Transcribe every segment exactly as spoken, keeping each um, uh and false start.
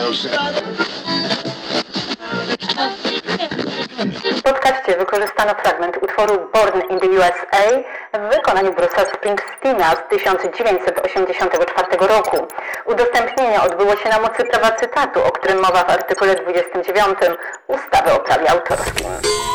W podcaście wykorzystano fragment utworu Born in the U S A w wykonaniu Bruce'a Springsteena z tysiąc dziewięćset osiemdziesiątego czwartego roku. Udostępnienie odbyło się na mocy prawa cytatu, o którym mowa w artykule dwudziestym dziewiątym ustawy o prawie autorskim.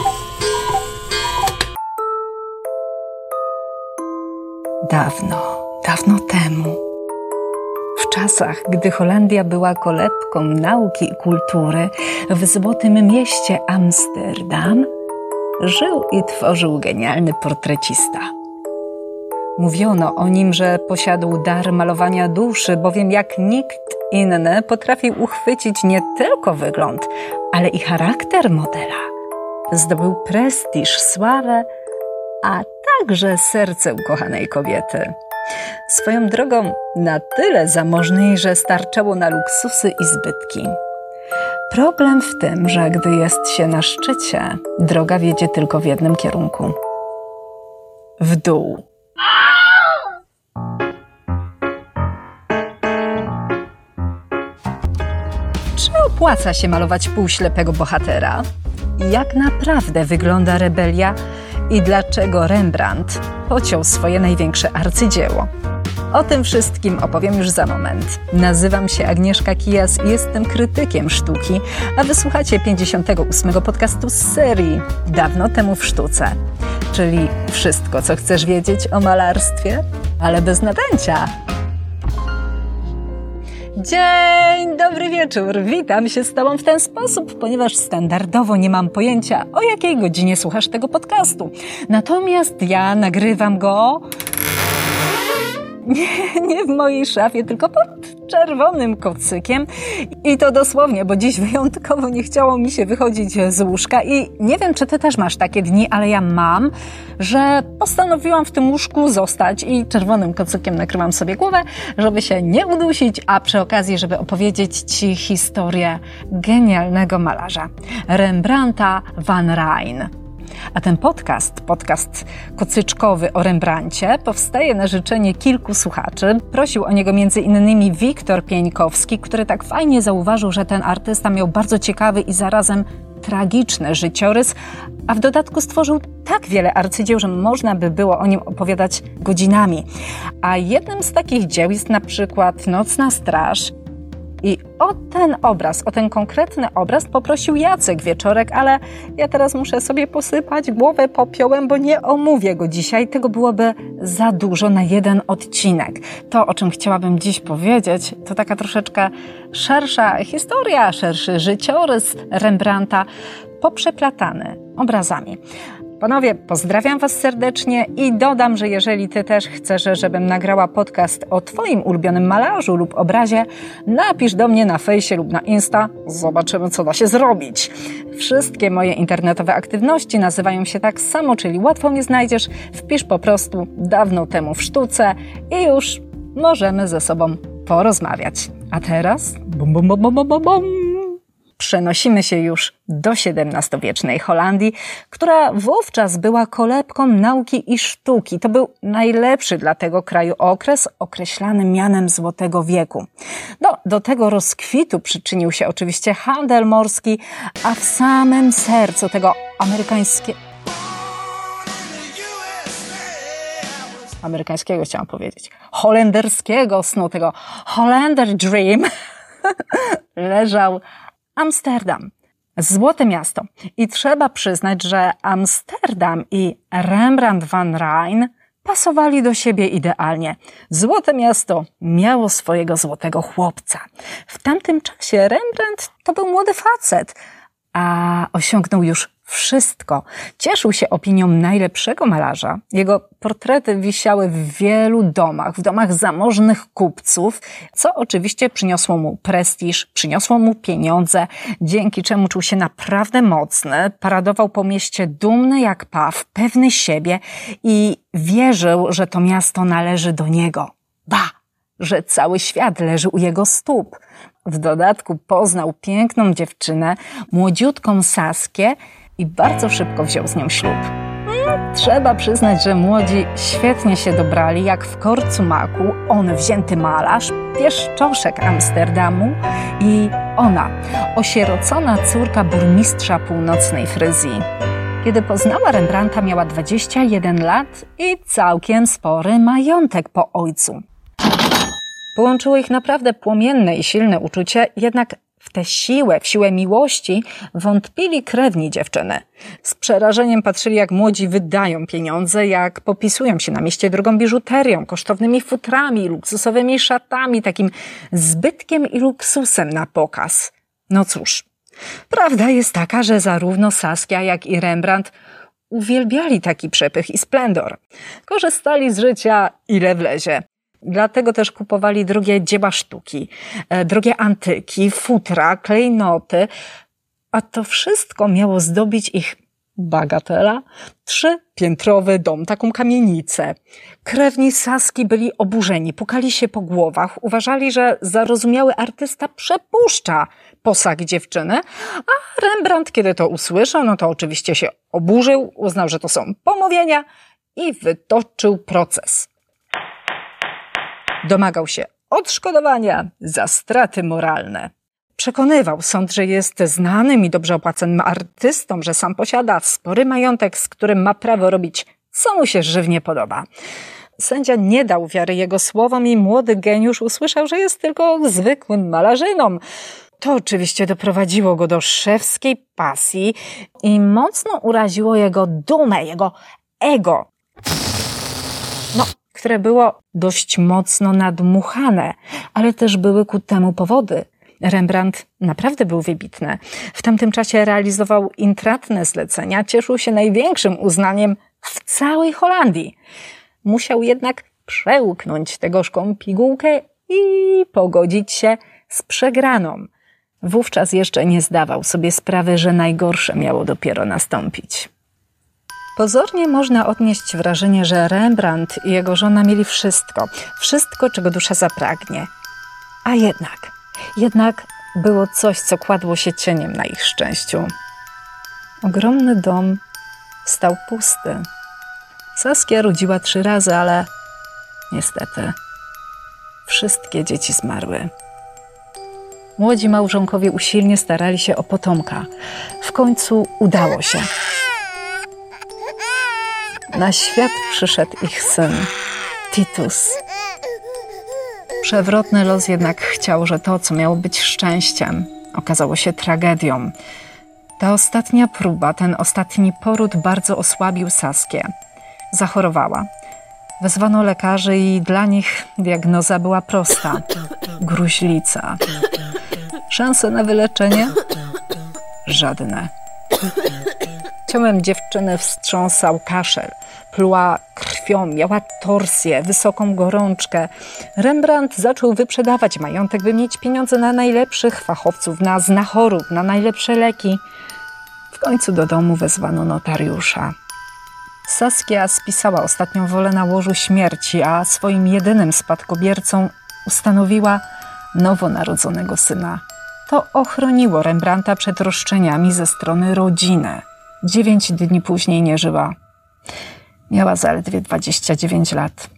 Dawno, dawno temu, w czasach, gdy Holandia była kolebką nauki i kultury, w złotym mieście Amsterdam żył i tworzył genialny portrecista. Mówiono o nim, że posiadł dar malowania duszy, bowiem jak nikt inny potrafił uchwycić nie tylko wygląd, ale i charakter modela. Zdobył prestiż, sławę, a także serce ukochanej kobiety. Swoją drogą na tyle zamożnej, że starczało na luksusy i zbytki. Problem w tym, że gdy jest się na szczycie, droga wiedzie tylko w jednym kierunku. W dół. Czy opłaca się malować półślepego bohatera? Jak naprawdę wygląda rebelia i dlaczego Rembrandt pociął swoje największe arcydzieło? O tym wszystkim opowiem już za moment. Nazywam się Agnieszka Kijas i jestem krytykiem sztuki, a wysłuchacie pięćdziesiątego ósmego podcastu z serii Dawno temu w sztuce. Czyli wszystko, co chcesz wiedzieć o malarstwie, ale bez nadęcia. Dzień dobry wieczór, witam się z Tobą w ten sposób, ponieważ standardowo nie mam pojęcia, o jakiej godzinie słuchasz tego podcastu. Natomiast ja nagrywam go nie, nie w mojej szafie, tylko pod czerwonym kocykiem i to dosłownie, bo dziś wyjątkowo nie chciało mi się wychodzić z łóżka i nie wiem, czy Ty też masz takie dni, ale ja mam, że postanowiłam w tym łóżku zostać i czerwonym kocykiem nakrywam sobie głowę, żeby się nie udusić, a przy okazji, żeby opowiedzieć Ci historię genialnego malarza, Rembrandta van Rijn. A ten podcast, podcast kocyczkowy o Rembrandcie, powstaje na życzenie kilku słuchaczy. Prosił o niego między innymi Wiktor Pieńkowski, który tak fajnie zauważył, że ten artysta miał bardzo ciekawy i zarazem tragiczny życiorys, a w dodatku stworzył tak wiele arcydzieł, że można by było o nim opowiadać godzinami. A jednym z takich dzieł jest na przykład Nocna Straż. I o ten obraz, o ten konkretny obraz poprosił Jacek Wieczorek, ale ja teraz muszę sobie posypać głowę popiołem, bo nie omówię go dzisiaj. Tego byłoby za dużo na jeden odcinek. To, o czym chciałabym dziś powiedzieć, to taka troszeczkę szersza historia, szerszy życiorys Rembrandta, poprzeplatany obrazami. Panowie, pozdrawiam Was serdecznie i dodam, że jeżeli Ty też chcesz, żebym nagrała podcast o Twoim ulubionym malarzu lub obrazie, napisz do mnie na fejsie lub na Insta, zobaczymy, co da się zrobić. Wszystkie moje internetowe aktywności nazywają się tak samo, czyli łatwo mnie znajdziesz, wpisz po prostu Dawno temu w sztuce i już możemy ze sobą porozmawiać. A teraz bum, bum, bum, bum, bum, bum. Przenosimy się już do siedemnastowiecznej Holandii, która wówczas była kolebką nauki i sztuki. To był najlepszy dla tego kraju okres, określany mianem Złotego Wieku. No, do tego rozkwitu przyczynił się oczywiście handel morski, a w samym sercu tego amerykańskiego... amerykańskiego chciałam powiedzieć, holenderskiego snu, tego Hollander Dream leżał Amsterdam. Złote miasto. I trzeba przyznać, że Amsterdam i Rembrandt van Rijn pasowali do siebie idealnie. Złote miasto miało swojego złotego chłopca. W tamtym czasie Rembrandt to był młody facet, a osiągnął już wszystko. Cieszył się opinią najlepszego malarza. Jego portrety wisiały w wielu domach, w domach zamożnych kupców, co oczywiście przyniosło mu prestiż, przyniosło mu pieniądze, dzięki czemu czuł się naprawdę mocny, paradował po mieście dumny jak paw, pewny siebie i wierzył, że to miasto należy do niego. Ba! Że cały świat leży u jego stóp. W dodatku poznał piękną dziewczynę, młodziutką Saskię i bardzo szybko wziął z nią ślub. trzeba przyznać, że młodzi świetnie się dobrali, jak w korcu maku, on wzięty malarz, pieszczoszek Amsterdamu i ona, osierocona córka burmistrza północnej Fryzji. Kiedy poznała Rembrandta, miała dwadzieścia jeden lat i całkiem spory majątek po ojcu. Połączyło ich naprawdę płomienne i silne uczucie, jednak w tę siłę, w siłę miłości wątpili krewni dziewczyny. Z przerażeniem patrzyli, jak młodzi wydają pieniądze, jak popisują się na mieście drogą biżuterią, kosztownymi futrami, luksusowymi szatami, takim zbytkiem i luksusem na pokaz. No cóż, prawda jest taka, że zarówno Saskia, jak i Rembrandt uwielbiali taki przepych i splendor. Korzystali z życia ile wlezie. Dlatego też kupowali drogie dzieła sztuki, drogie antyki, futra, klejnoty, a to wszystko miało zdobić ich, bagatela, trzypiętrowy dom, taką kamienicę. Krewni Saski byli oburzeni, pukali się po głowach, uważali, że zarozumiały artysta przepuszcza posag dziewczyny, a Rembrandt, kiedy to usłyszał, no to oczywiście się oburzył, uznał, że to są pomówienia i wytoczył proces. Domagał się odszkodowania za straty moralne. Przekonywał sąd, że jest znanym i dobrze opłacanym artystą, że sam posiada spory majątek, z którym ma prawo robić, co mu się żywnie podoba. Sędzia nie dał wiary jego słowom i młody geniusz usłyszał, że jest tylko zwykłym malarzyną. To oczywiście doprowadziło go do szewskiej pasji i mocno uraziło jego dumę, jego ego. No, które było dość mocno nadmuchane, ale też były ku temu powody. Rembrandt naprawdę był wybitny. W tamtym czasie realizował intratne zlecenia, cieszył się największym uznaniem w całej Holandii. Musiał jednak przełknąć tę gorzką pigułkę i pogodzić się z przegraną. Wówczas jeszcze nie zdawał sobie sprawy, że najgorsze miało dopiero nastąpić. Pozornie można odnieść wrażenie, że Rembrandt i jego żona mieli wszystko, wszystko, czego dusza zapragnie. A jednak, jednak było coś, co kładło się cieniem na ich szczęściu. Ogromny dom stał pusty. Saskia rodziła trzy razy, ale niestety wszystkie dzieci zmarły. Młodzi małżonkowie usilnie starali się o potomka. W końcu udało się. Na świat przyszedł ich syn, Titus. Przewrotny los jednak chciał, że to, co miało być szczęściem, okazało się tragedią. Ta ostatnia próba, ten ostatni poród bardzo osłabił Saskię. Zachorowała. Wezwano lekarzy i dla nich diagnoza była prosta. Gruźlica. Szanse na wyleczenie? Żadne. Ciałem dziewczyny wstrząsał kaszel. Pluła krwią, miała torsję, wysoką gorączkę. Rembrandt zaczął wyprzedawać majątek, by mieć pieniądze na najlepszych fachowców, na znachorów, na najlepsze leki. W końcu do domu wezwano notariusza. Saskia spisała ostatnią wolę na łożu śmierci, a swoim jedynym spadkobiercą ustanowiła nowonarodzonego syna. To ochroniło Rembrandta przed roszczeniami ze strony rodziny. Dziewięć dni później nie żyła. Miała zaledwie dwadzieścia dziewięć lat.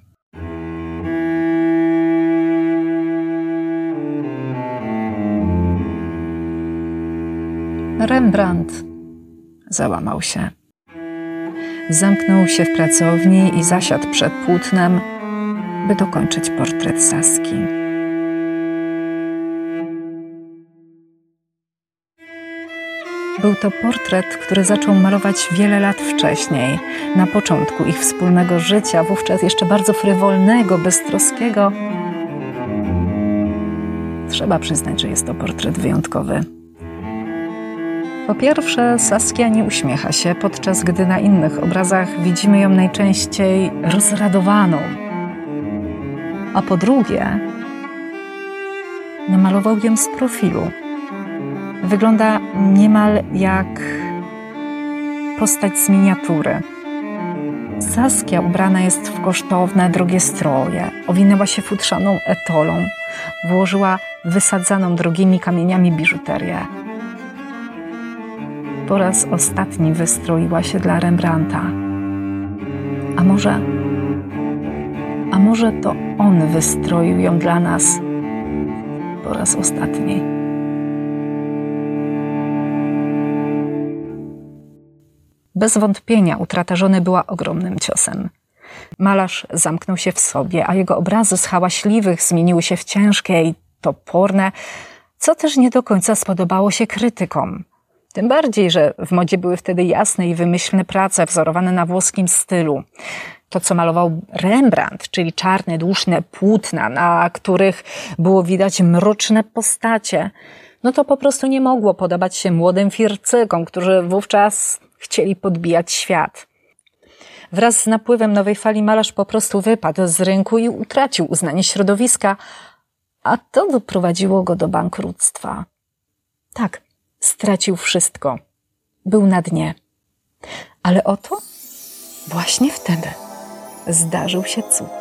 Rembrandt załamał się. Zamknął się w pracowni i zasiadł przed płótnem, by dokończyć portret Saski. Był to portret, który zaczął malować wiele lat wcześniej, na początku ich wspólnego życia, wówczas jeszcze bardzo frywolnego, beztroskiego. Trzeba przyznać, że jest to portret wyjątkowy. Po pierwsze, Saskia nie uśmiecha się, podczas gdy na innych obrazach widzimy ją najczęściej rozradowaną. A po drugie, namalował ją z profilu. Wygląda niemal jak postać z miniatury. Saskia ubrana jest w kosztowne, drogie stroje, owinęła się futrzaną etolą, włożyła wysadzaną drogimi kamieniami biżuterię. Po raz ostatni wystroiła się dla Rembrandta. A może, a może to on wystroił ją dla nas po raz ostatni. Bez wątpienia utrata żony była ogromnym ciosem. Malarz zamknął się w sobie, a jego obrazy z hałaśliwych zmieniły się w ciężkie i toporne, co też nie do końca spodobało się krytykom. Tym bardziej, że w modzie były wtedy jasne i wymyślne prace wzorowane na włoskim stylu. To, co malował Rembrandt, czyli czarne, dłużne płótna, na których było widać mroczne postacie, no to po prostu nie mogło podobać się młodym fircykom, którzy wówczas chcieli podbijać świat. Wraz z napływem nowej fali malarz po prostu wypadł z rynku i utracił uznanie środowiska, a to doprowadziło go do bankructwa. Tak, stracił wszystko. Był na dnie. Ale oto właśnie wtedy zdarzył się cud.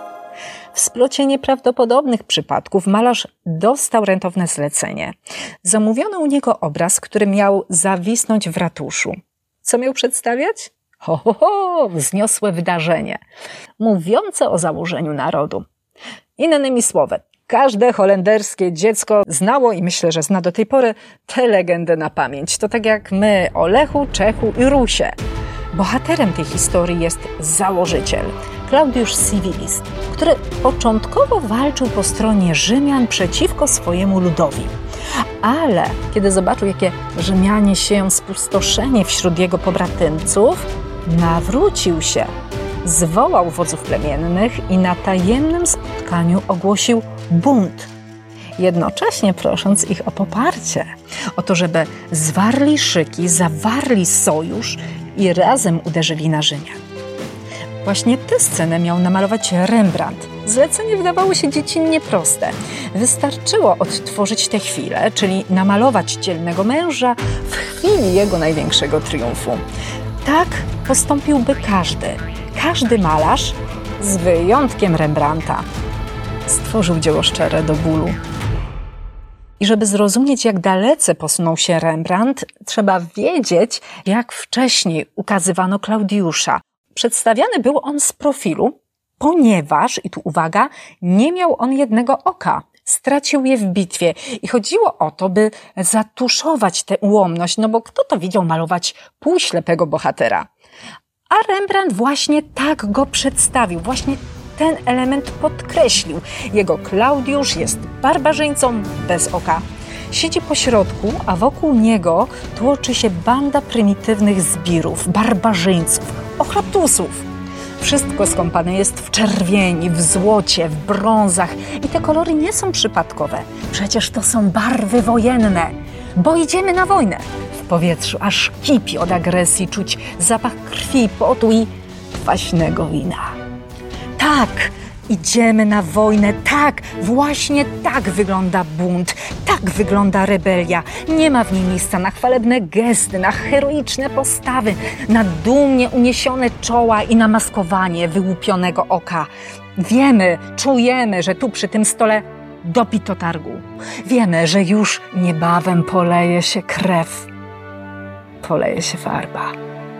W splocie nieprawdopodobnych przypadków malarz dostał rentowne zlecenie. Zamówiono u niego obraz, który miał zawisnąć w ratuszu. Co miał przedstawiać? Ho, ho, ho, wzniosłe wydarzenie, mówiące o założeniu narodu. Innymi słowy, każde holenderskie dziecko znało i myślę, że zna do tej pory tę legendę na pamięć. To tak jak my o Lechu, Czechu i Rusie. Bohaterem tej historii jest założyciel, Claudius Civilis, który początkowo walczył po stronie Rzymian przeciwko swojemu ludowi. Ale kiedy zobaczył, jakie Rzymianie sieją spustoszenie wśród jego pobratymców, nawrócił się, zwołał wodzów plemiennych i na tajemnym spotkaniu ogłosił bunt, jednocześnie prosząc ich o poparcie, o to, żeby zwarli szyki, zawarli sojusz i razem uderzyli na Rzymian. Właśnie tę scenę miał namalować Rembrandt. Zlecenie wydawało się dziecinnie proste. Wystarczyło odtworzyć tę chwilę, czyli namalować dzielnego męża w chwili jego największego triumfu. Tak postąpiłby każdy, każdy malarz, z wyjątkiem Rembrandta. Stworzył dzieło szczere do bólu. I żeby zrozumieć, jak dalece posunął się Rembrandt, trzeba wiedzieć, jak wcześniej ukazywano Klaudiusza. Przedstawiany był on z profilu, ponieważ, i tu uwaga, nie miał on jednego oka. Stracił je w bitwie i chodziło o to, by zatuszować tę ułomność, no bo kto to widział malować półślepego bohatera? A Rembrandt właśnie tak go przedstawił, właśnie ten element podkreślił. Jego Klaudiusz jest barbarzyńcą bez oka. Siedzi po środku, a wokół niego tłoczy się banda prymitywnych zbirów, barbarzyńców, ochraptusów. Wszystko skąpane jest w czerwieni, w złocie, w brązach i te kolory nie są przypadkowe. Przecież to są barwy wojenne, bo idziemy na wojnę. W powietrzu aż kipi od agresji, czuć zapach krwi, potu i kwaśnego wina. Tak, idziemy na wojnę, tak, właśnie tak wygląda bunt, tak wygląda rebelia. Nie ma w niej miejsca na chwalebne gesty, na heroiczne postawy, na dumnie uniesione czoła i na maskowanie wyłupionego oka. Wiemy, czujemy, że tu przy tym stole dopito targu. Wiemy, że już niebawem poleje się krew, poleje się farba.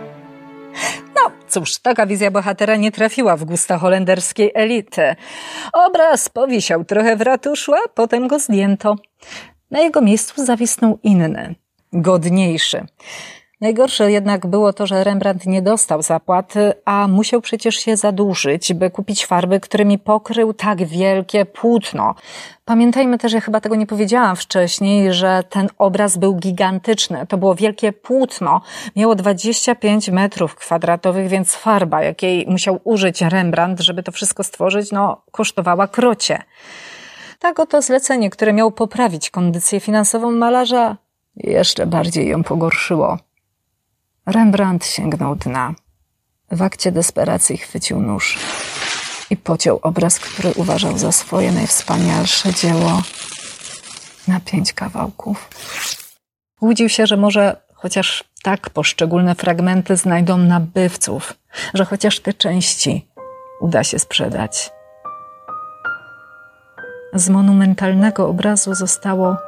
No cóż, taka wizja bohatera nie trafiła w gusta holenderskiej elity. Obraz powisiał trochę w ratuszu, a potem go zdjęto. Na jego miejscu zawisnął inny, godniejszy. Najgorsze jednak było to, że Rembrandt nie dostał zapłaty, a musiał przecież się zadłużyć, by kupić farby, którymi pokrył tak wielkie płótno. Pamiętajmy też, ja chyba tego nie powiedziałam wcześniej, że ten obraz był gigantyczny. To było wielkie płótno. Miało dwadzieścia pięć metrów kwadratowych, więc farba, jakiej musiał użyć Rembrandt, żeby to wszystko stworzyć, no, kosztowała krocie. Tak oto zlecenie, które miało poprawić kondycję finansową malarza, jeszcze bardziej ją pogorszyło. Rembrandt sięgnął dna. W akcie desperacji chwycił nóż i pociął obraz, który uważał za swoje najwspanialsze dzieło, na pięć kawałków. Łudził się, że może chociaż tak poszczególne fragmenty znajdą nabywców, że chociaż te części uda się sprzedać. Z monumentalnego obrazu zostało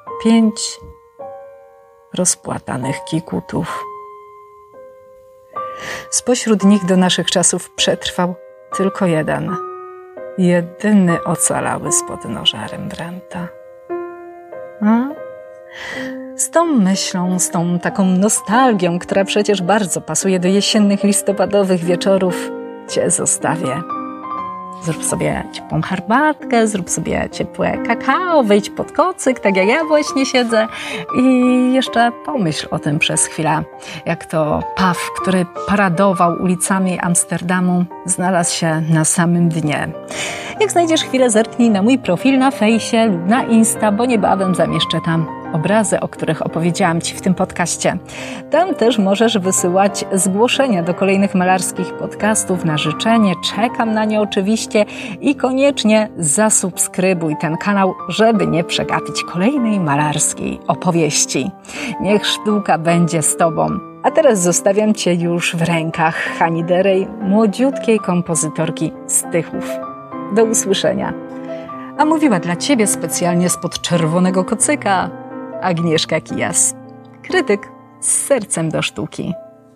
pięć rozpłatanych kikutów. Spośród nich do naszych czasów przetrwał tylko jeden. Jedyny ocalały spod noża Rembrandta. A? Z tą myślą, z tą taką nostalgią, która przecież bardzo pasuje do jesiennych, listopadowych wieczorów, Cię zostawię. Zrób sobie ciepłą herbatkę, zrób sobie ciepłe kakao, wejdź pod kocyk, tak jak ja właśnie siedzę i jeszcze pomyśl o tym przez chwilę, jak to paw, który paradował ulicami Amsterdamu, znalazł się na samym dnie. Jak znajdziesz chwilę, zerknij na mój profil na fejsie lub na Insta, bo niebawem zamieszczę tam obrazy, o których opowiedziałam Ci w tym podcaście. Tam też możesz wysyłać zgłoszenia do kolejnych malarskich podcastów na życzenie. Czekam na nie oczywiście i koniecznie zasubskrybuj ten kanał, żeby nie przegapić kolejnej malarskiej opowieści. Niech sztuka będzie z Tobą. A teraz zostawiam Cię już w rękach Hani Derej, młodziutkiej kompozytorki z Tychów. Do usłyszenia. A mówiła dla Ciebie specjalnie spod czerwonego kocyka Agnieszka Kijas. Krytyk z sercem do sztuki.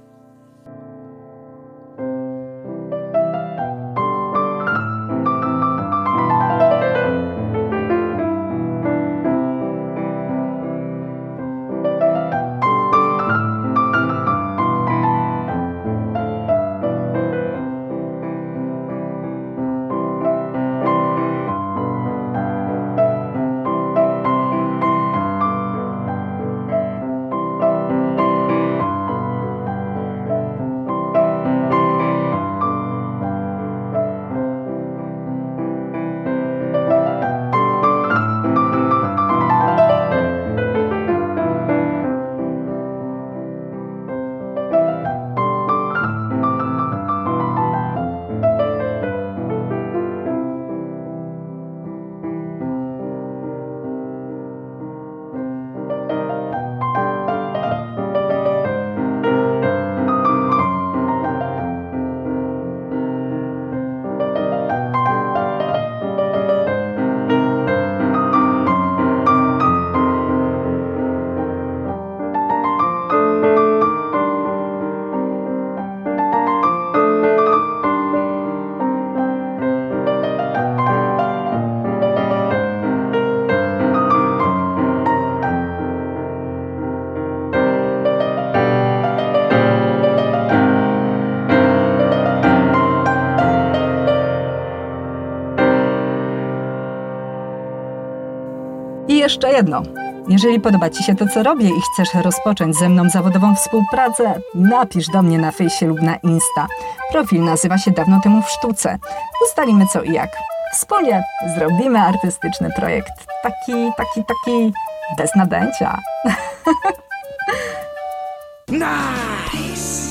I jeszcze jedno. Jeżeli podoba Ci się to, co robię i chcesz rozpocząć ze mną zawodową współpracę, napisz do mnie na fejsie lub na Insta. Profil nazywa się Dawno temu w sztuce. Ustalimy co i jak. Wspólnie zrobimy artystyczny projekt. Taki, taki, taki bez nadęcia. Nice!